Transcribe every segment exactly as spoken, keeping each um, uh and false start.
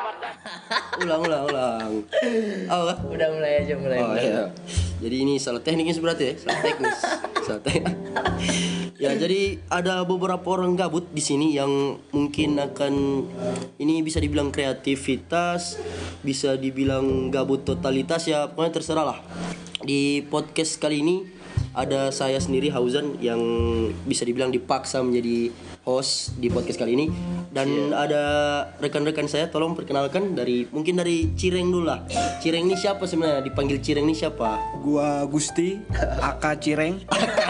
ulang ulang ulang. Oh, Udah mulai aja mulai. oh mulai. iya. Jadi ini salah tekniknya berarti ya, salah teknis. Salah teknis. Ya, jadi ada beberapa orang gabut di sini yang mungkin akan ini bisa dibilang kreativitas, bisa dibilang gabut totalitas, ya pokoknya terserah lah. Di podcast kali ini ada saya sendiri Hauzan yang bisa dibilang dipaksa menjadi host di podcast kali ini, dan ada rekan-rekan saya. Tolong perkenalkan dari mungkin dari Cireng dulu lah. Cireng ini siapa sebenarnya? Dipanggil Cireng ini siapa? Gua Gusti, Aka Cireng.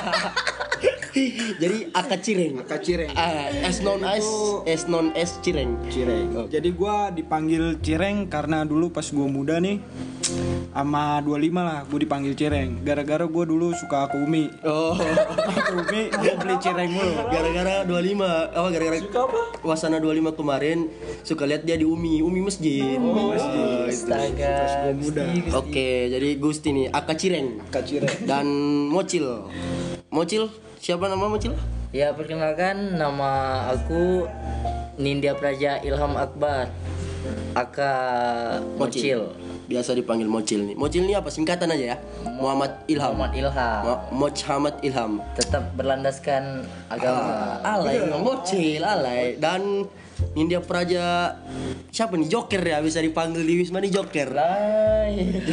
Jadi Aka Cireng. Aka Cireng. Ah, as known as as known as Cireng. Cireng. Oh. Jadi gua dipanggil Cireng karena dulu pas gua muda nih sama dua puluh lima lah gua dipanggil Cireng. Gara-gara gua dulu suka ke Umi. Oh, Ke Umi gua beli Cireng mulu. gara-gara dua puluh lima. Apa gara-gara Wasana dua puluh lima kemarin suka lihat dia di Umi, Umi Masjid. Oh, masjid. Astaga. Pas gua muda. Oke, jadi Gusti nih Aka Cireng Aka Cireng. dan Mocil. Mocil, siapa nama Mocil? Ya, perkenalkan nama aku Nindya Praja Ilham Akbar. Aka Mocil. Biasa dipanggil Mocil nih. Mocil ini apa? Singkatan aja ya. Muhammad Ilham. Muhammad Ilham. Mo- Muhammad Ilham. Tetap berlandaskan agama. Ah, alay, Mocil, alay. Dan Nindya Praja siapa nih? Joker ya, bisa dipanggil di Wisma nih Joker. Lah.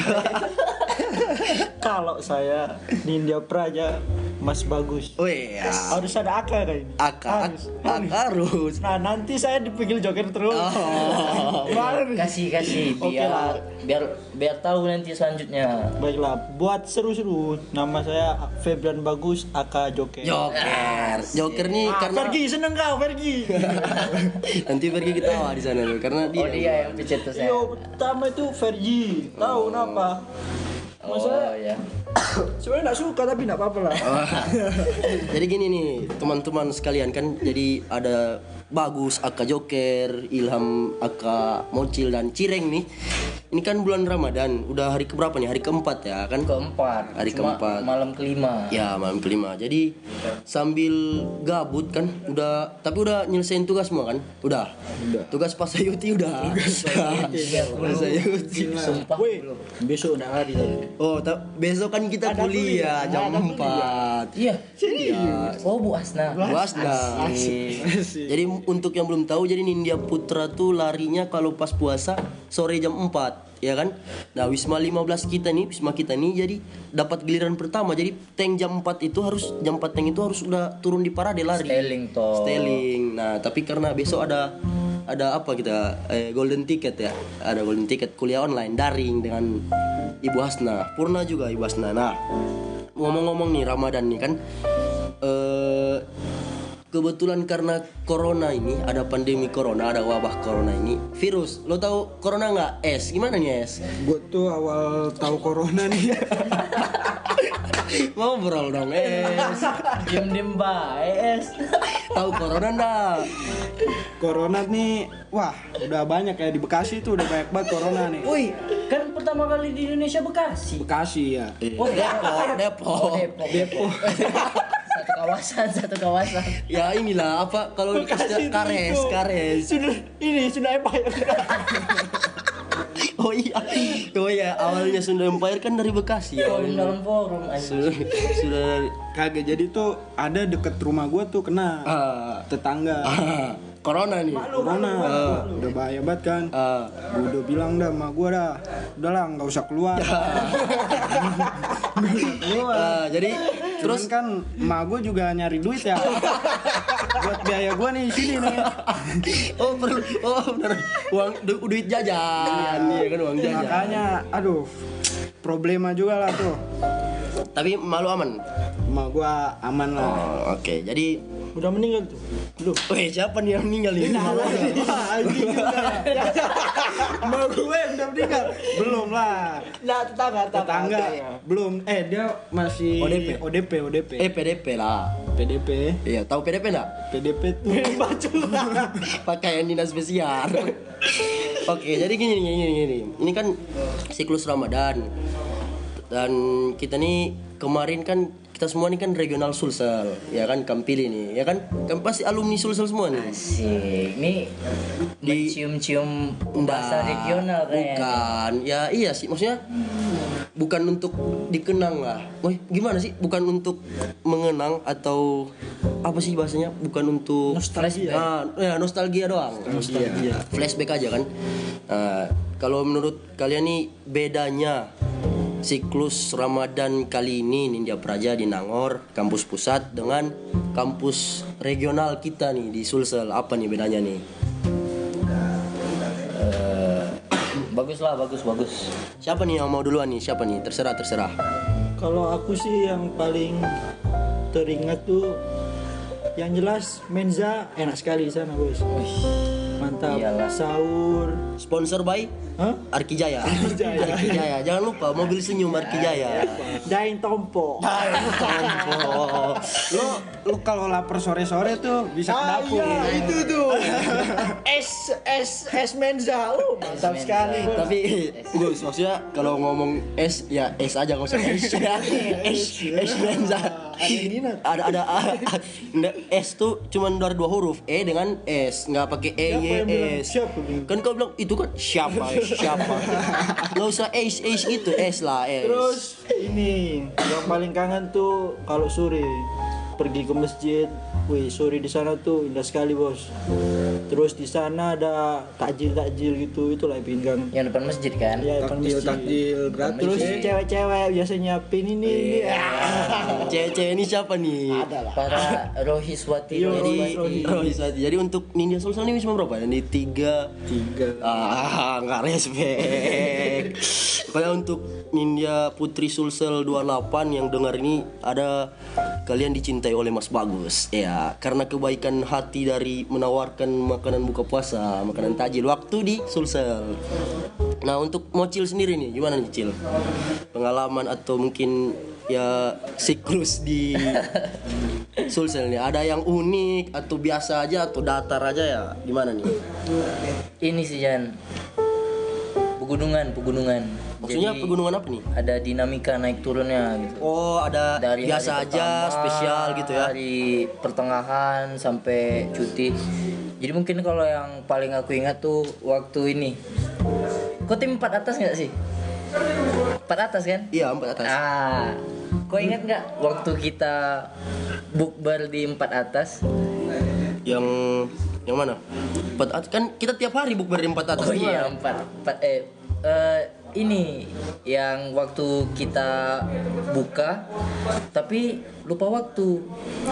Kalau saya Nindya Praja Mas Bagus. Oh iya. Harus ada Aka kayak ini. Aka, Harus. Aka harus. Nah, nanti saya dipanggil Joker terus. Oh. Gimana nih? Kasih kasih Oke biar lah. biar biar tahu nanti selanjutnya. Baiklah, buat seru-seru. Nama saya Febrian Bagus Aka Joker. Joker. Joker nih Ah, karena Fergie seneng kau, Fergie. nanti pergi ketawa di sana tuh karena dia. Oh, dia yang pecet tuh saya. Yo, pertama itu Fergie. Tahu kenapa? Oh Masa ya. sebenarnya nggak suka tapi nggak apa-apa lah. Jadi gini nih teman-teman sekalian, kan jadi ada Bagus, Aka Joker, Ilham, Aka Mocil, dan Cireng nih. Ini kan bulan Ramadan, udah hari keberapa nih? Hari keempat ya kan? Keempat. Hari Cuma keempat. Malam kelima. Ya malam kelima. Jadi sambil gabut kan, udah tapi udah nyelesain tugas semua kan? Udah. Udah. Tugas pas Sayuti udah. Pas Sayuti. Sumpah Woi, belum. besok udah hari tadi. Oh, ta- besok kan kita Ada kuliah kuliah, jam ada empat. Iya. Iya. Oh, Bu Asna. Puasa. Jadi untuk yang belum tahu, jadi Nindya Putra tuh larinya kalau pas puasa sore jam empat, ya kan? Nah, Wisma lima belas kita nih, Wisma kita nih jadi dapat giliran pertama. Jadi tank jam empat itu harus jam empat tank itu harus udah turun di parade lari. Styling toh. Styling. Nah, tapi karena besok ada ada apa kita eh, golden ticket ya. Ada golden ticket kuliah online daring dengan Ibu Hasna. Purna juga Ibu Hasna. Nah, ngomong-ngomong nih Ramadan nih kan eh kebetulan karena corona ini, ada pandemi corona, ada wabah corona ini, virus. Lo tahu corona nggak? Es, gimana nih Es? Gua tuh awal tahu corona nih. Ngobrol dong Es. Diem-diem bae, Es. Tahu corona nggak? Corona nih, wah udah banyak ya di Bekasi tuh udah banyak banget corona nih. Wih, kan pertama kali di Indonesia Bekasi. Bekasi ya. Oh, Depok. Depok. Oh, Depok. Depok. Satu kawasan, satu kawasan. Ya inilah apa kalau istilah kares, kares. Sudah ini sudah empire. Oh iya, oh iya awalnya Sunda Empire kan dari Bekasi ya. Forum dalam forum Sudah, anjing. sudah Kagak, jadi tuh ada deket rumah gua tuh kena ah, tetangga. ah, corona nih. Corona, udah bahaya banget kan. Ah, Gua udah bilang dah sama gua dah, udah lah nggak usah keluar. ah, jadi Terus terus kan emak gua juga nyari duit ya. Buat biaya gua nih di sini nih. oh perlu oh benar uang du- duit jajan, iya kan uang jajan. Makanya, aduh, problema juga lah tuh. Tapi malu aman. Emak gua aman lah. Oh, oke. Jadi Udah meninggal tuh. Belum. weh siapa nih yang meninggal nih? Wah, anjing juga. Emak gue udah meninggal. Belum lah. Nah, tetangga, Tetangga belum. Eh, dia masih O D P. O D P, O D P. Eh P D P lah. P D P. Iya, tahu P D P enggak? P D P tuh Pakaian dinas pesiar. Oke, jadi gini gini gini gini. Ini kan siklus Ramadan. Dan kita nih kemarin kan kita semua nih kan regional Sulsel, ya kan Kampili nih, ya kan? Kan pasti alumni Sulsel semua nih. Asik. Ini Di- mencium-cium Nggak, bahasa regional kayaknya. bukan. Ya iya sih, maksudnya bukan untuk dikenang lah. Wah, gimana sih? Bukan untuk mengenang atau apa sih bahasanya? Bukan untuk Flashback. Ah, ya nostalgia doang. Nostalgia. Flashback aja kan. Nah, kalau menurut kalian nih bedanya siklus Ramadan kali ini Nindya Praja di Nangor, kampus pusat dengan kampus regional kita nih di Sulsel. Apa nih bedanya nih? Eh, bagus lah, bagus, bagus. Siapa nih yang mau duluan nih? Siapa nih? Terserah, terserah. Kalau aku sih yang paling teringat tuh yang jelas Menza enak sekali di sana, Bos. Mantap. Iyalah. Sahur. Sponsor by Hah? Arkijaya. Arkijaya. Jangan lupa mobil senyum Arkijaya. Dain Tompo. Oh, Lo lo kalau lapar sore-sore tuh bisa ke Ah dapur. iya, itu tuh. Es es es Menza. Oh, mantap sekali, Bos. tapi Gus maksudnya kalau ngomong es ya es aja nggak usah es ya. Es es Menza. Ada yang minat. Ada ada Nggak, es tuh cuman dari dua huruf e dengan s nggak pakai e Siapa y yang bilang? s. Siapa bilang? Kan kau bilang itu kan siapa es siapa. Nggak usah es es itu es lah es. Terus ini yang paling kangen tuh kalau sore pergi ke masjid. Wih, sore di sana tuh indah sekali, Bos. Terus di sana ada takjil-takjil gitu, itulah yang bikin kangen. Yang depan masjid kan? Ya, depan Takjil masjid. takjil gratis. Terus ya. cewek-cewek biasanya nyiapin ini ini. Cewek-cewek ini siapa nih? Ada lah. Para Rohiswati. Iya, Jadi Rohis. Rohis Wati. Jadi untuk Nindya Sulsel ini cuma berapa? Yang di tiga Tiga. Ah, nggak respect. Pokoknya untuk Nindya Putri Sulsel dua puluh delapan yang dengar ini ada kalian dicintai oleh Mas Bagus. Ya, karena kebaikan hati dari menawarkan makanan buka puasa, makanan tajil waktu di Sulsel. Nah, untuk Mocil sendiri nih, gimana nih, Cil? Pengalaman atau mungkin ya siklus di Sulsel nih, ada yang unik atau biasa aja atau datar aja ya? Gimana nih? Ini sih Jan. Pegunungan, pegunungan. Maksudnya Jadi, pegunungan apa nih? ada dinamika naik turunnya gitu. Oh, ada Dari biasa hari aja, pertama, spesial gitu ya. Hari pertengahan sampai cuti. Jadi mungkin kalau yang paling aku ingat tuh waktu ini. Kau tim empat atas nggak sih? Empat atas kan? Iya, empat atas. Ah, kau ingat nggak waktu kita bukber di empat atas? Yang yang mana? Empat atas kan kita tiap hari bukber di empat atas. Oh iya gimana? empat, empat eh eh, ini yang waktu kita buka tapi lupa waktu.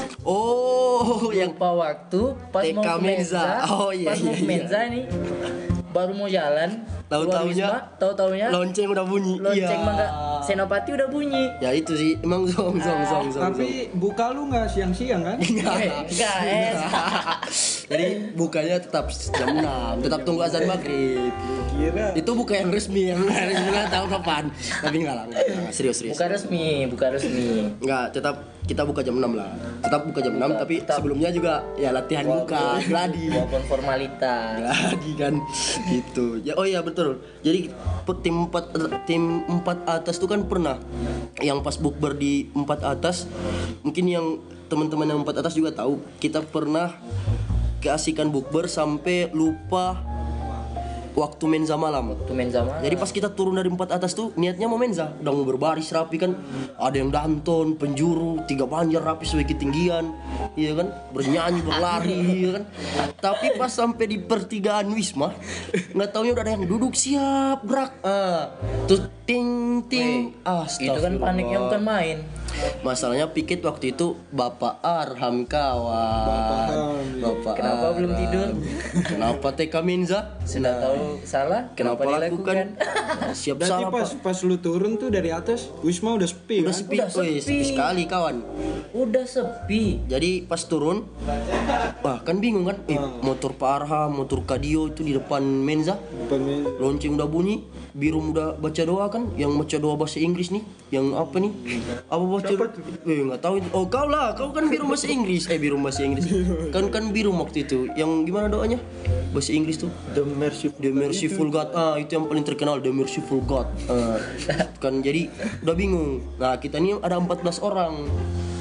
Oh, yang Lupa waktu pas T K mau ke Menza. Menza. Oh, iya, pas mau iya, ke iya. Menza nih baru mau jalan. Tahu-taunya- tahu-taunya lonceng udah bunyi. lonceng Iya. mangga Senopati udah bunyi. Ya itu sih, emang zong zong zong zong. Tapi buka lu nggak siang-siang kan? Eh, Enggak, eh. Jadi bukanya tetap jam enam, tetap tunggu azan maghrib. Kira. Itu buka yang resmi, yang resmi nggak tahu kapan. Tapi enggak lah, enggak, enggak, serius serius. Buka resmi, buka resmi. Enggak, tetap kita buka jam enam lah. Tetap buka jam enam, tapi tetap. sebelumnya juga ya latihan buka, gladi. Walaupun formalitas. Gladi kan gitu. Ya oh iya betul. Jadi pe- tim empat tim empat atas tuh kan pernah yang pas bukber di empat atas, mungkin yang teman-teman yang empat atas juga tahu, kita pernah keasikan bukber sampai lupa waktu menza malam. Tuh main sama. Jadi pas kita turun dari empat atas tuh niatnya mau menza, udah mau berbaris rapi kan, ada yang danton, penjuru, tiga banjar rapi sesuai ketinggian, iya kan, bernyanyi berlari, iya kan. Tapi pas sampai di pertigaan Wisma, nggak taunya udah ada yang duduk siap gerak, ah, terus ting ting, Itu kan paniknya bukan main. Masalahnya piket waktu itu Bapak Arham kawan. Bapak Kenapa belum Arham. tidur? Kenapa T K Menza? Sudah tahu salah, Kenapa lakukan? Siap Berarti salah pas Pak. pas lu turun tuh dari atas, Wisma udah sepi Udah kan? sepi, Udah Woi, sepi. sepi sekali kawan. Udah sepi. Jadi pas turun, wah kan bingung kan? Eh, motor Pak Arham, motor Kadio itu di depan Menza. Pemain Lonceng udah bunyi, biru udah baca doa kan? Yang baca doa bahasa Inggris nih, yang apa nih? Apa baca? Eh nggak tahu itu. Oh kau lah, kau kan biru bahasa Inggris. Eh biru bahasa Inggris. Kan kan biru waktu itu. Yang gimana doanya? Bahasa Inggris tuh. The Merciful. The Merciful God. Ah, itu yang paling terkenal, The Merciful God. Ah, kan jadi udah bingung. Nah, kita ini ada empat belas orang.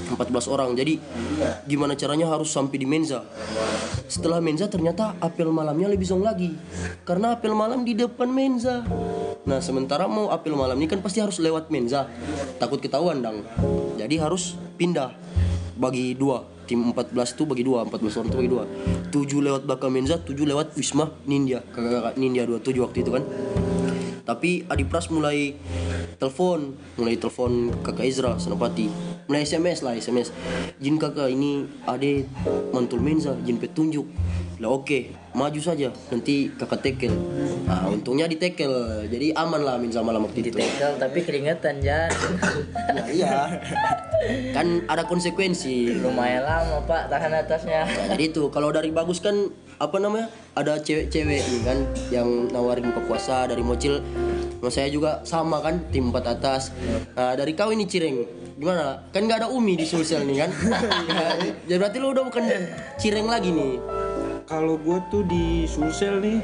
empat belas orang. Jadi gimana caranya harus sampai di menza. Setelah menza ternyata apel malamnya lebih zong lagi. Karena apel malam di depan menza. Nah, sementara mau apel malam ini kan pasti harus lewat menza. Takut ketahuan dong. Jadi harus pindah bagi dua. Tim empat belas tuh bagi dua, empat belas orang tuh bagi dua. tujuh lewat belakang menza, tujuh lewat Wisma Nindya. Kakak-kakak Nindya dua puluh tujuh waktu itu kan. Tapi Adipras mulai telepon, mulai telepon kakak Izra Senopati, mulai S M S lah S M S. Jin kakak ini ade mantul menza, jin petunjuk. Lah oke, maju saja, nanti kakak tekel. Nah untungnya ditekel, jadi aman lah menza malam waktu itu. Ditekel tapi keringetan Jan. Ya, iya, kan ada konsekuensi. Lumayan lama Pak tahan atasnya. Nah, jadi itu kalau dari bagus kan apa namanya, ada cewek-cewek nih kan yang nawarin buka puasa dari Mocil. Nah, saya juga sama kan tim empat atas. Nah, dari kau ini Cireng gimana? Kan nggak ada Umi di Sulsel nih kan? Ya, jadi berarti lu udah bukan Cireng lagi nih. Kalau gue tuh di Sulsel nih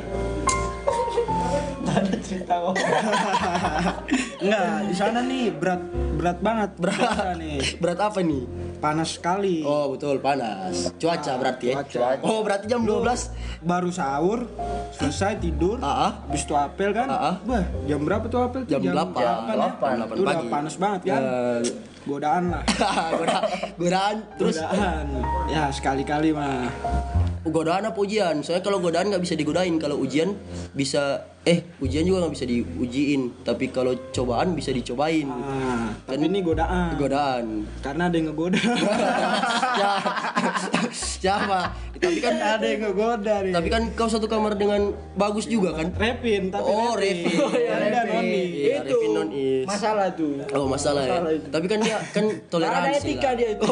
Ada cerita kok. enggak, di sana nih berat berat banget Berat nih. Berat apa nih? Panas sekali. Oh betul panas. Cuaca berarti ya. Cuaca. Oh berarti jam dua belas. Baru sahur, selesai tidur, Ah, ah. habis itu apel kan. Ah, ah. Bah, jam berapa tuh apel? tuh? Jam delapan. ya? delapan. Jam delapan Itu udah pagi. panas banget kan. Ya, Godaan lah. Goda- godaan terus Godaan. Ya sekali-kali mah. godaan apa ujian? Soalnya kalau godaan nggak bisa digodain, kalau ujian bisa eh ujian juga nggak bisa diujiin, tapi kalau cobaan bisa dicobain. Ah, tapi Kan- ini godaan. Godaan. Karena ada yang ngegoda. Ya, siapa? Tapi kan ada yang ngegoda nih. tapi kan kau satu kamar dengan bagus juga kan? Revin, tapi Oh, Revin. Oh, ya, ada Revin. Noni. Iya, Itu Revin non is. masalah tuh. Oh masalah, Masalah ya. itu. Tapi kan dia kan Nggak toleransi ada etika lah. dia itu.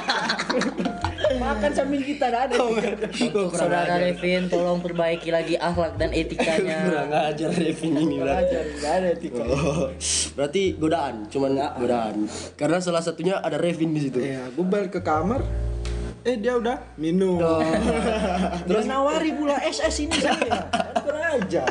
Makan sambil kita nggak ada. Untuk saudara Revin tolong perbaiki lagi akhlak dan etikanya. Kurang ajar Revin ini berarti. Ajar, nggak ada etika. Oh, berarti godaan, cuman godaan. Karena salah satunya ada Revin di situ. Iya, gue balik ke kamar. Eh dia udah minum. Oh. Terus nawari pula S S ini saya. Kurang aja.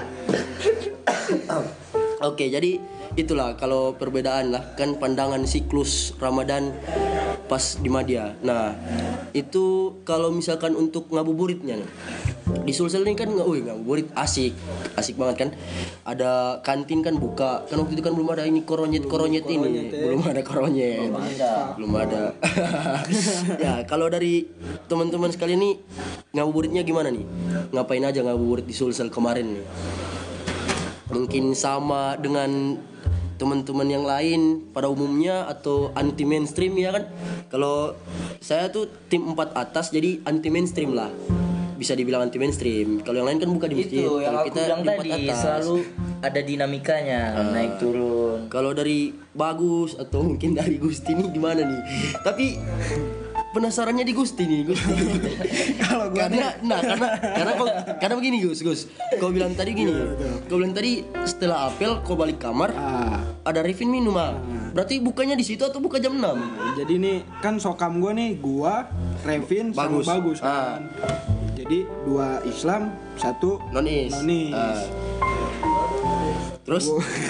Oke, jadi itulah kalau perbedaan lah kan pandangan siklus Ramadan pas di Madya. Nah, itu kalau misalkan untuk ngabuburitnya nih. Di Sulsel ini kan, wih ngabuburit asik, asik banget kan. Ada kantin kan buka. Kan waktu itu kan belum ada ini koronyet-koronyet ini. Belum ada koronyet. Belum ada. Ya, kalau dari teman-teman sekalian nih ngabuburitnya gimana nih? Ngapain aja ngabuburit di Sulsel kemarin nih? Mungkin sama dengan teman-teman yang lain pada umumnya atau anti mainstream ya kan. Kalau saya tuh tim empat atas jadi anti mainstream lah, bisa dibilang anti mainstream. Kalau yang lain kan buka di masjid. Itu yang Kalau aku bilang di empat tadi atas. selalu ada dinamikanya naik turun. Kalau dari Bagus atau mungkin dari Gusti nih gimana nih? Tapi penasarannya di Gusti nih, Gusti. Kalau gua karena nah karena karena kau, karena begini Gus, Gus. Kau bilang tadi gini. Kau bilang tadi setelah apel kau balik kamar Ah, ada Revin minum ah. Berarti bukanya di situ atau buka jam enam? jadi nih kan sokam gue nih, gua, Revin, Bagus. sama Bagus Ah. kan. Jadi dua Islam, satu Nonis. Nonis. Ah. Terus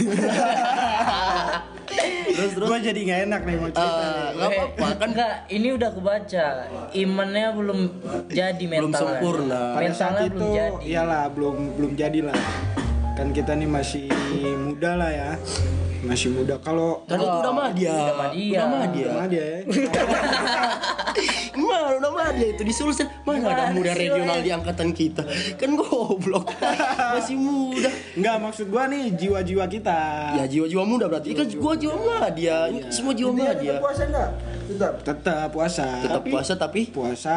terus terus Gue jadi nggak enak nih mau cerita. Ah, nggak apa-apa kan Enggak, ini udah kebaca. Imannya belum jadi belum mentalnya. sempurna. Pada saat Mentalnya itu belum jadi. iyalah belum belum jadi lah. Kan kita nih masih muda lah ya. Masih muda. Kalau Kan itu udah Madya. Udah Madya. Udah Madya. sama dia ya. Mana udah Madya itu di Sulsel. Mana ada Mana muda sih, regional Wes? di angkatan kita. Kan goblok. Masih muda. Enggak, maksud gua nih jiwa-jiwa kita. Ya jiwa-jiwa muda berarti. Kan gua jiwa Madya. Ini semua jiwa Dia Madya. tetap puasa enggak? Tetap. Tetap puasa. Tetap Tapi puasa tapi puasa.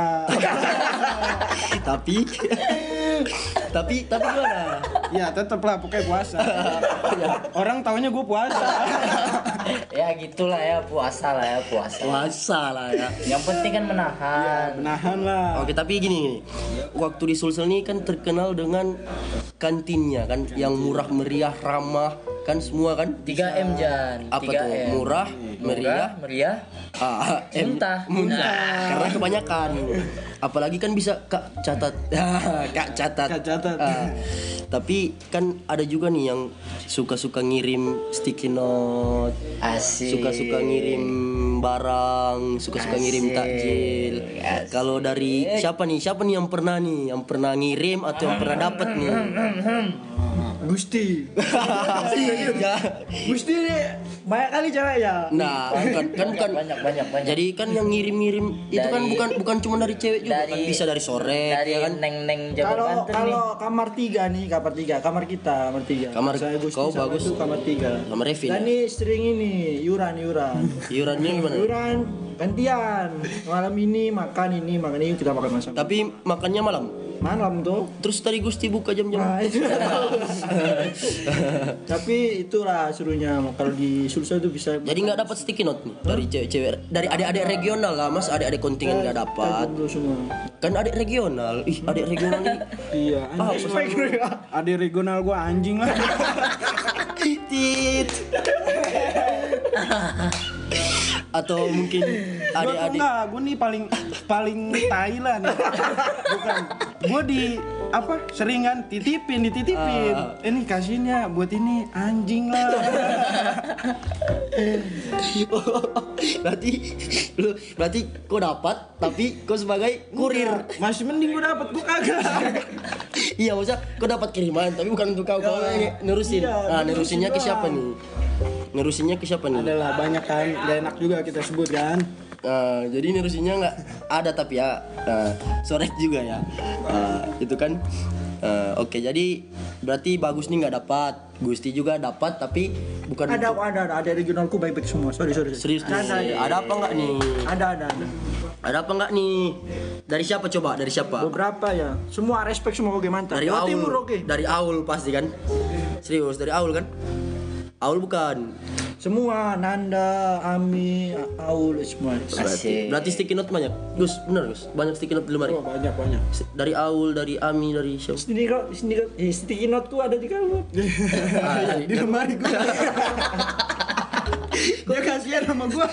tapi tapi tapi gimana? Ya tetap lah pokoknya puasa. Orang taunya gue puasa. Ya gitulah ya puasa lah ya puasa. Puasa lah ya. Yang penting kan menahan. Menahan lah. Oke tapi gini, waktu di Sulsel ini kan terkenal dengan kantinnya kan yang murah meriah ramah kan semua kan tiga M Jan. apa tiga tuh? M. Murah, meriah, meriah, ah, M muntah. muntah. Karena kebanyakan. Apalagi kan bisa Kak catat. Kak catat. Kak catat. Ah, tapi kan ada juga nih yang suka-suka ngirim sticky note, Asik. suka-suka ngirim barang, suka-suka ngirim Asik. takjil. Asik. Kalau dari siapa nih? Siapa nih yang pernah nih? Yang pernah ngirim atau yang pernah dapat nih? Gusti. Ya. Gusti ini banyak kali ceweknya. Nah, kan kan kan banyak banyak banyak. jadi kan yang ngirim-ngirim itu kan Dari- bukan bukan cuma dari cewek juga kan dari- bisa dari sore dari ya kan. neng-neng Jawa Kalau Banten nih. kalau kamar tiga nih, kamar tiga, kamar kita, kamar tiga. Kamar Saya Gusti kau sama bagus. itu kamar tiga. Sama Revin. Dan ini sering ini yuran yuran. Iurannya gimana? Yuran gantian. Malam ini makan ini, makan ini kita makan sama. Tapi makannya malam. Malam tuh. Terus tadi Gusti buka jam-jam. Nah, itu. Tapi itulah serunya kalau di Sulsel itu bisa. Jadi nggak dapat sticky note nih dari cewek-cewek, dari adik-adik regional lah mas, adik-adik kontingen nggak dapat. Jomblo semua. Kan adik regional, ih adik regional ini Iya, anjing. Ada regional gua anjing lah. tit. Atau mungkin Gua tuh adik-adik enggak, gua nih paling paling tai lah nih. Bukan. Gua di apa sering kan titipin dititipin. Ah. Ini kasihnya buat ini anjing lah. berarti lu berarti kau dapat tapi kau sebagai kurir. Masih mending gua dapat gua kagak. Iya maksudnya kau dapat kiriman tapi bukan untuk kau kau yang nerusin. Iya, Nah nerusinnya ke siapa nih? Nerusinnya ke siapa nih? Adalah banyak kan, gak enak juga kita sebut kan. Nah, jadi nerusinnya nggak ada tapi ya nah, sorek juga ya. Nah, itu kan eh, oke jadi berarti bagus nih nggak dapat. Gusti juga dapat tapi bukan Ada untuk- ada ada ada regionalku baik-baik semua. Sorry sorry. sorry. serius nih. Ada ada. Ada apa nggak nih? Ada ada ada. Ada apa nggak nih? Dari siapa coba? Dari siapa? Beberapa ya. Semua respect semua oke mantap. Dari Jawa Aul. Timur oke. Dari Aul pasti kan? Serius dari Aul kan? Aul bukan. Semua Nanda, Ami, Aul semua. Asik. Berarti sticky note banyak. Gus, benar Gus. Banyak sticky note di lemari. Oh, banyak banyak. Dari Aul, dari Ami, dari siapa? Sini kok, sini kok. Eh, sticky note-ku ada di kamu. Ah, dari- Di lemari gua. Dia kasihan sama gua.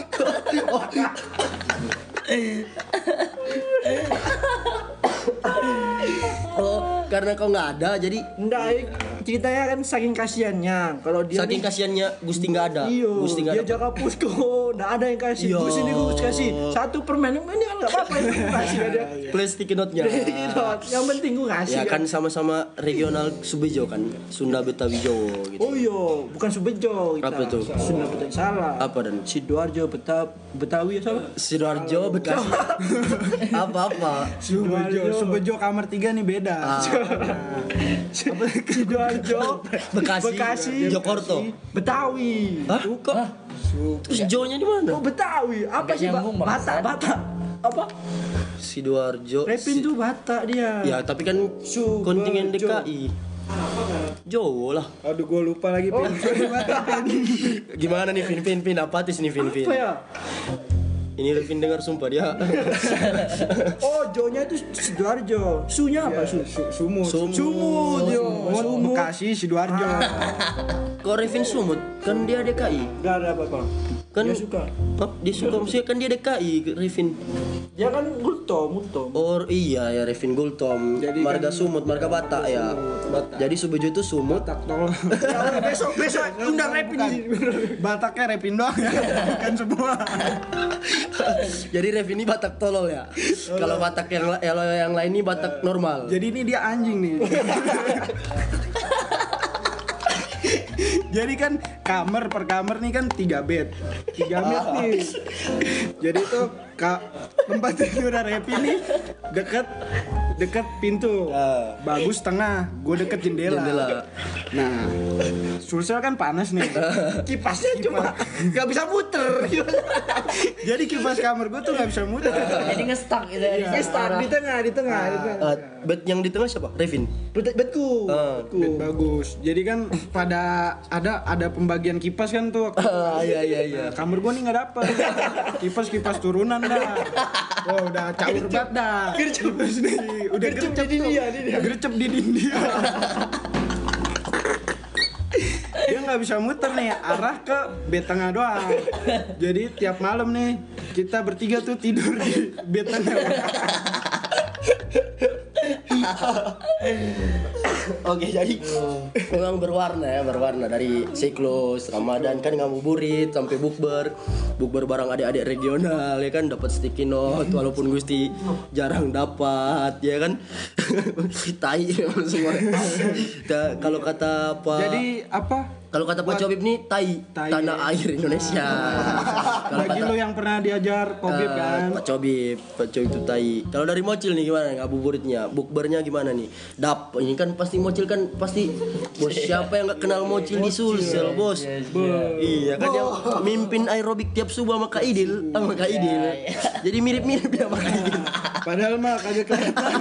Oh, karena kau nggak ada, jadi Enggak, eh, ceritanya kan saking kasihannya. Kalau dia saking nih- kasihannya Gusti nggak ada. Iyo, Gusti nggak dia ada. jaga posko, nggak ada yang kasih. Iyo. Gus ini gus kasih satu permen, ini kan nggak apa-apa itu kasih kan dia. Plus sticky note-nya. Sticky note. Yang penting gue ngasih. Ya kan sama-sama regional Subejo kan, Sunda Betawi Jawa gitu. Oh iya, bukan Subejo kita. Apa tuh? Sunda Betawi salah. Apa dan Sidoarjo, Beta, Betawi ya salah. Sidoarjo, Bekasi. Apa-apa? Subejo, Subejo kamar tiga nih beda. Ah. Sidoarjo, Bekasi, Bekasi, Jokorto. Betawi. Hah? Kok? Terus Jo-nya di mana? Oh Betawi, apa Nggak sih Ba- nyambung, Batak, bangsat. Batak. Apa? Sidoarjo. Repin tuh Batak dia. Ya, tapi kan Subejo. kontingen D K I. Jawa lah. Aduh gua lupa lagi pin. Gimana nih Vin Vin Vin apatis nih Vin Vin. Apa ya? Ini Vin dengar sumpah dia. Oh, Jo-nya itu Sidoarjo. Su-nya apa? Su. Su- Sumut. Sumut. Sumut, yo. Sumut, Sumut. Bekasi, Sidoarjo. Kok Revin Sumut? Kan dia D K I. Gak ada apa-apa. Kan Dia suka. Hah? Dia suka maksudnya kan dia D K I Revin. Dia kan Gultom, Gultom. Oh iya ya Revin Gultom. Jadi Marga kan- Sumut, marga Batak ya. Batak. Jadi Subejo itu Sumut. Batak tolong. Ya, besok besok undang Repin di sini. Bataknya Repin doang ya, bukan semua. Jadi Revin ini Batak tolol ya. Kalau Batak yang la- kalau yang lain ini Batak normal. Jadi ini dia anjing nih. Jadi kan kamar per kamar nih kan tiga bed, tiga bed nih. Jadi tuh ka, tempat tidur Repi nih deket deket pintu, bagus tengah, gue deket jendela. Jendela. Nah, Sulsel kan panas nih. Kipasnya cuma gak bisa muter. Jadi kipas kamar gue tuh nggak bisa muter. Jadi nge-stuck gitu ya. di Dia satu start arah. di tengah, di tengah, di tengah. Eh, bed yang di tengah siapa? Revin. Bet betku. Ah, Betku. Bed bagus. Jadi kan pada ada ada pembagian kipas kan tuh. waktu- Ah, iya iya iya. Nah, kamar gua nih nggak dapet kipas kipas turunan dah. Oh udah caur banget dah. Kipas nih udah gercep di tuh. dia, di dia. Gercep di dinding dia. dia nggak bisa muter nih arah ke bed tengah doang. Jadi tiap malam nih kita bertiga tuh tidur di bed tengah. Oke, jadi memang berwarna ya, berwarna dari siklus Ramadan kan ngabuburit sampai bukber, bukber bareng adik-adik regional ya kan, dapat sticky note walaupun Gusti jarang dapat ya kan. Tai semua. Da- Kalau kata Pak Jadi apa? kalau kata Pak Cobib nih tai, Tai. tanah air Indonesia. Kalau Bagi kata lo yang pernah diajar Kobib Eh, kan. Pak Cobib, Pak Cobib itu tai. Kalau dari Mocil nih gimana ngabuburitnya? Bukbernya gimana nih? Dap, ini kan pasti Mocil kan pasti bos siapa yang nggak kenal Mocil di Sulsel, Bos. Iya kan yang mimpin aerobik tiap subuh sama Kak Idil, sama Kak Idil. Jadi mirip-mirip dia sama Kak Idil. Padahal mah kagak kelihatan.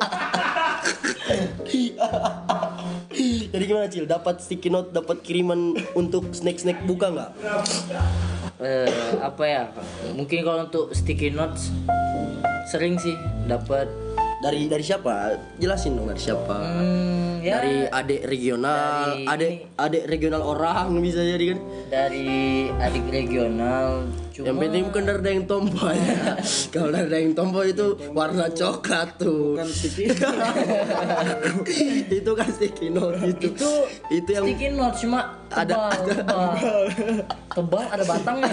Jadi gimana Cil? Dapat sticky note, dapat kiriman untuk snack-snack buka nggak? Eh, apa ya? Mungkin kalau untuk sticky notes sering sih dapat. Dari dari siapa? Jelasin dong dari siapa? Hmm, ya Dari adik regional, dari adik ini. adik regional orang bisa jadi kan? dari adik regional. Cuma Yang penting bukan dari daging tompo ya. Kalau dari daging tompo itu warna coklat tuh. Bukan sticky. Itu kan sticky note itu. itu itu yang sticky notes cuma Ada- tebal, tebal. Tebal, ada batangnya.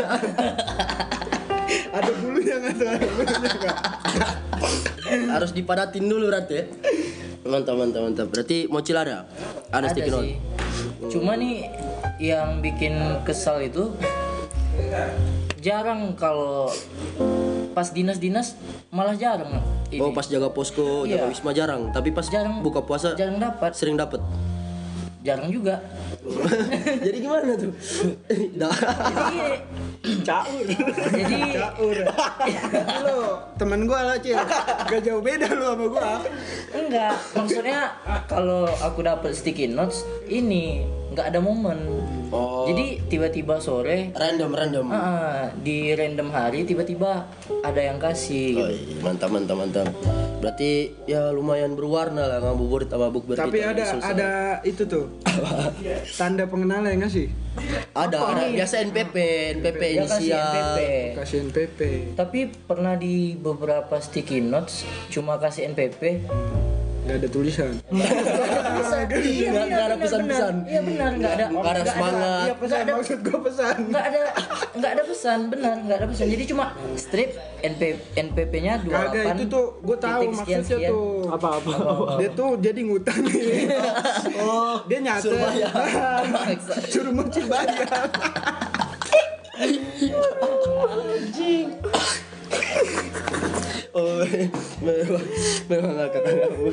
Ada bulunya nggak tuh? Ada bulunya nggak? harus dipadatin dulu berarti ya. Mantap mantap mantap. Berarti Mocil ada? Ada sticky note. sih. Cuma nih yang bikin kesal itu jarang kalau pas dinas-dinas malah jarang ini. Oh pas jaga posko, jaga Iya. wisma jarang. Tapi pas Jarang- buka puasa jarang dapat, sering dapat. jarang juga. Jadi gimana tuh? Dah. Jadi Caur. jadi Caur. Lo teman gua lah Cil. Gak jauh beda lu sama gua. enggak, maksudnya kalau aku dapat sticky notes ini nggak ada momen. Oh. Jadi tiba-tiba sore Random random. ah, di random hari tiba-tiba ada yang kasih. Oh, iya. Mantap mantap mantap. Berarti ya lumayan berwarna lah ngabuburit sama bukber Tapi kita di ada Sulsel. ada itu tuh. Tanda pengenalan nggak sih? ada ada biasa N P P N P P Dia kasih inisial. N P P. Kasih N P P. Tapi pernah di beberapa sticky notes cuma kasih N P P. Gak ada tulisan. Bisa. Iya, Nggak- nggak ada benar, pesan-pesan. benar. Iya benar, nggak ada. Nggak ada semangat. Iya pesan, ada- maksud gua pesan. Nggak ada, nggak ada pesan, benar, nggak ada pesan. Jadi cuma strip N P N P P-nya dua puluh delapan. Kagak itu tuh gua tahu maksudnya tuh. Apa apa? Dia tuh jadi ngutang nih. Oh, dia nyatet. Suruh bayar. Suruh Mocil bayar. Oh, memang memang nggak kata kamu.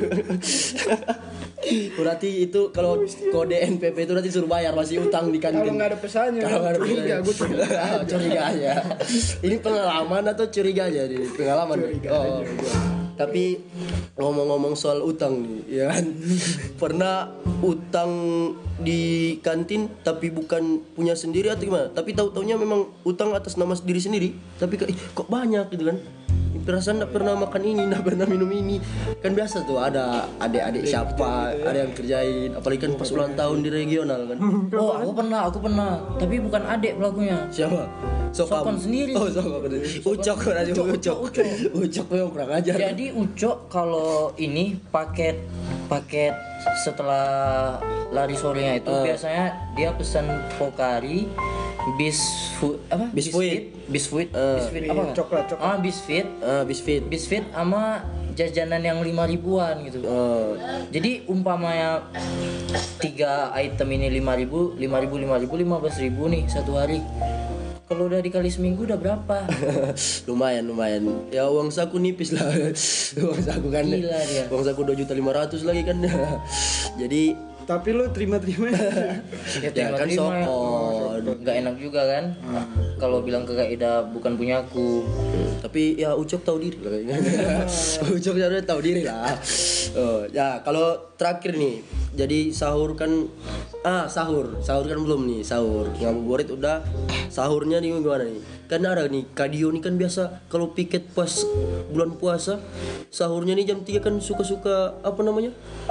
Berarti itu kalau kode N P P itu nanti suruh bayar masih utang di kantin. Kalau nggak ada pesannya, Kalau nggak ada curiga, pesannya. gua curiga aja. Curiga aja. Ini pengalaman atau curiga aja nih? Pengalaman. Curiga oh. Tapi ngomong-ngomong soal utang nih, ya kan? Pernah utang di kantin tapi bukan punya sendiri atau gimana? Tapi tahu-taunya memang utang atas nama diri sendiri. Tapi kok, ih, kok banyak gitu kan? Perasaan nggak pernah makan ini, nggak pernah minum ini. Kan biasa tuh ada adik-adik siapa, ada yang kerjain. Apalagi kan pas ulang tahun di regional kan. Oh, aku pernah, aku pernah. Tapi bukan adik pelakunya. Siapa? Sokam sendiri. Oh, Sokam. Ucok aja Ucok, Ucok. Ucok. Ucok memang kurang ajar. Jadi Ucok kalau ini paket paket setelah lari sorenya itu Ah. biasanya dia pesan Pokari, biskuit apa? Biskuit. Biskuit, Ah. biskuit apa? nggak? Coklat, coklat. Ah, biskuit. Ah, bisfit. Biskuit sama jajanan yang lima ribuan gitu. Oh. Jadi umpamanya tiga item ini lima ribu, lima ribu, lima ribu, lima belas ribu nih satu hari. Kalau udah dikali seminggu udah berapa? lumayan lumayan ya uang saku nipis lah uang saku kan Gila dia. uang saku dua juta lima ratus lagi kan jadi Tapi lu terima-terima. Ya, ya kan terima-terima ya. sokon Nggak enak juga kan? Kalau bilang ke Kaidah bukan punyaku. tapi ya Ucok tahu diri lah kayaknya. Ucok udah tahu diri lah oh, ya kalau terakhir nih jadi sahur kan ah sahur sahur kan belum nih sahur ngabuburit udah sahurnya nih gimana nih kan ada nih Kadio nih kan biasa kalau piket pas bulan puasa sahurnya nih jam tiga kan suka-suka apa namanya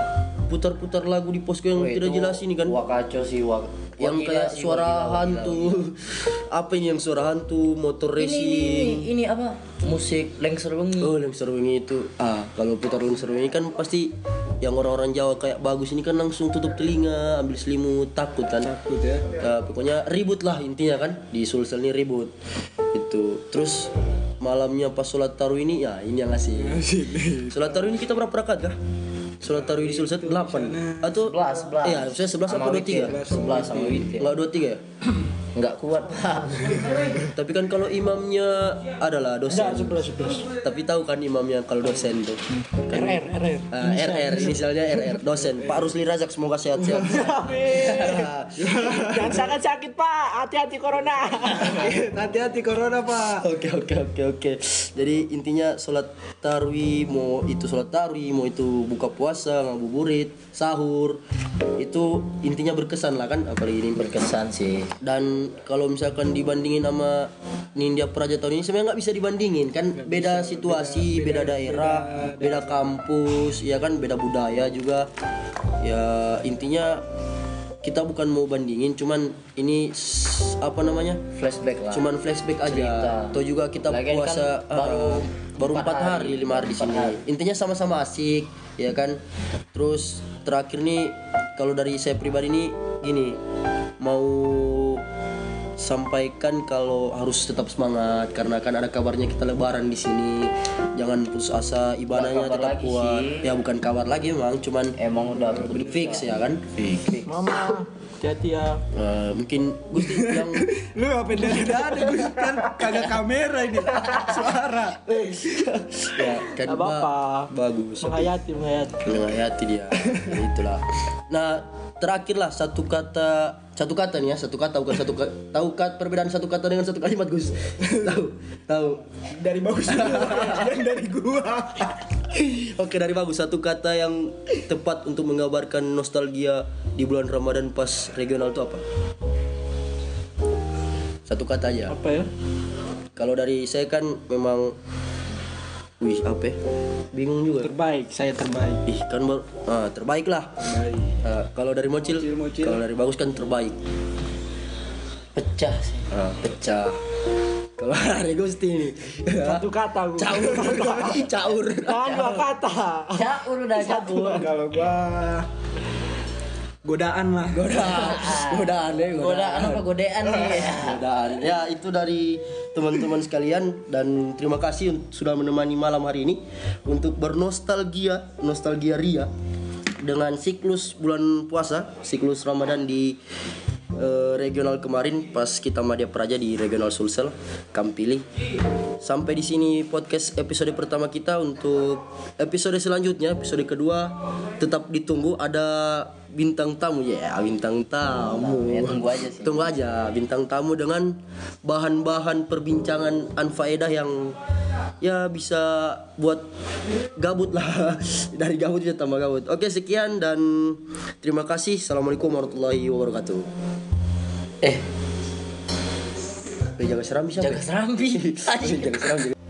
putar-putar lagu di posko yang Wah, tidak itu jelas ini kan. Wah kacau sih, wah. Yang wah, gila kayak sih, suara wah, gila, wah, hantu. gila, wah, gila. Apa ini yang suara hantu, motor Ini, ini, racing. ini apa? Musik lengser wengi. Oh, Lengser Wengi itu. Ah, kalau putar Lengser Wengi kan pasti yang orang-orang Jawa kayak bagus ini kan langsung tutup telinga, ambil selimut, takut kan. Takut ya. Ya, pokoknya ribut lah intinya kan. Di Sulsel ini ribut. Itu. Terus malamnya pas sholat taruh ini ya ini yang ngasih. Sholat taruh ini kita berapa rakaat kah? Sholat taruh di Sulsel delapan atau Sebelas, sebelas. Iya, saya sebelas Sama apa dua tiga? witir. Sebelas sama witir. Enggak dua tiga ya? Enggak kuat, Pak. Tapi kan kalau imamnya adalah dosen. sebelas sebelas. Tapi tahu kan imamnya kalau dosen tuh. Kan, R R R R. Ah, R R inisialnya R R dosen Pak Rusli Razak, semoga sehat-sehat. Jangan sangat sakit Pak, hati-hati corona. Hati-hati corona, Pak. Oke oke oke oke. Jadi intinya sholat tarawih, mau itu sholat tarawih, mau itu buka puasa, ngabuburit, sahur, itu intinya berkesan lah kan, apalagi ini Berkesan sih. dan kalau misalkan dibandingin sama Nindya Praja tahun ini sebenarnya nggak bisa dibandingin kan, beda situasi, beda, daerah, beda, kampus, ya kan, beda budaya juga. Ya intinya kita bukan mau bandingin, cuman ini s- apa namanya? Flashback lah. Cuman flashback aja. Cerita. Atau juga kita Lagian puasa kan baru ah, baru empat empat hari, hari, lima hari di empat sini. hari. Intinya sama-sama asik, ya kan. Terus terakhir nih kalau dari saya pribadi nih gini, mau sampaikan kalau harus tetap semangat karena kan ada kabarnya kita lebaran di sini. Jangan putus asa, ibadahnya kabar tetap lagi kuat. sih. Ya bukan kabar lagi memang, cuman Emang udah fix ya kan. Fix. Mama, hati-hati ya. Eh, mungkin Gusti yang Lu apa dari ada Gus kan kagak kamera ini. Suara. ya kan Gak apa-apa. ba- bagus. Menghayati, menghayati. Menghayati dia. Ya, itulah. Nah, terakhirlah satu kata satu kata nih ya, satu kata bukan satu kata. Tahu kat perbedaan satu kata dengan satu kalimat, Gus? Tahu? Tahu. Dari bagus dulu. Yang dari gua. Oke, dari bagus satu kata yang tepat untuk menggambarkan nostalgia di bulan Ramadan pas regional itu apa? Satu kata aja. Apa ya? Kalau dari saya kan memang wih, apa ya? Bingung juga. Terbaik, saya terbaik. Ih, kan baru ah, terbaik lah. Terbaik. Ah, kalau dari Mocil, Mocil, Mocil. kalau dari bagus kan terbaik. pecah sih. Ah, pecah. Kalau dari Gusti nih. Satu kata gua. Caur. Caur. Jangan dua kata. Caur udah caur. Kalau gua godaan lah. Godaan. Godaan ya, Godaan apa godean nih? Godaan. Ya, itu dari teman-teman sekalian dan terima kasih un- sudah menemani malam hari ini untuk bernostalgia, nostalgia ria dengan siklus bulan puasa, siklus Ramadan di eh, regional kemarin pas kita Madya Praja di regional Sulsel Kampili. Sampai di sini podcast episode pertama kita. Untuk episode selanjutnya, episode kedua tetap ditunggu, ada bintang tamu ya, bintang tamu. Ya, tunggu aja sih. Tunggu aja bintang tamu dengan bahan-bahan perbincangan anfaedah yang ya bisa buat gabut lah. Dari gabut bisa tambah gabut. Oke, sekian dan terima kasih. Assalamualaikum warahmatullahi wabarakatuh. Eh, Eh, jaga serambi siapa? jaga serambi. Jaga serambi.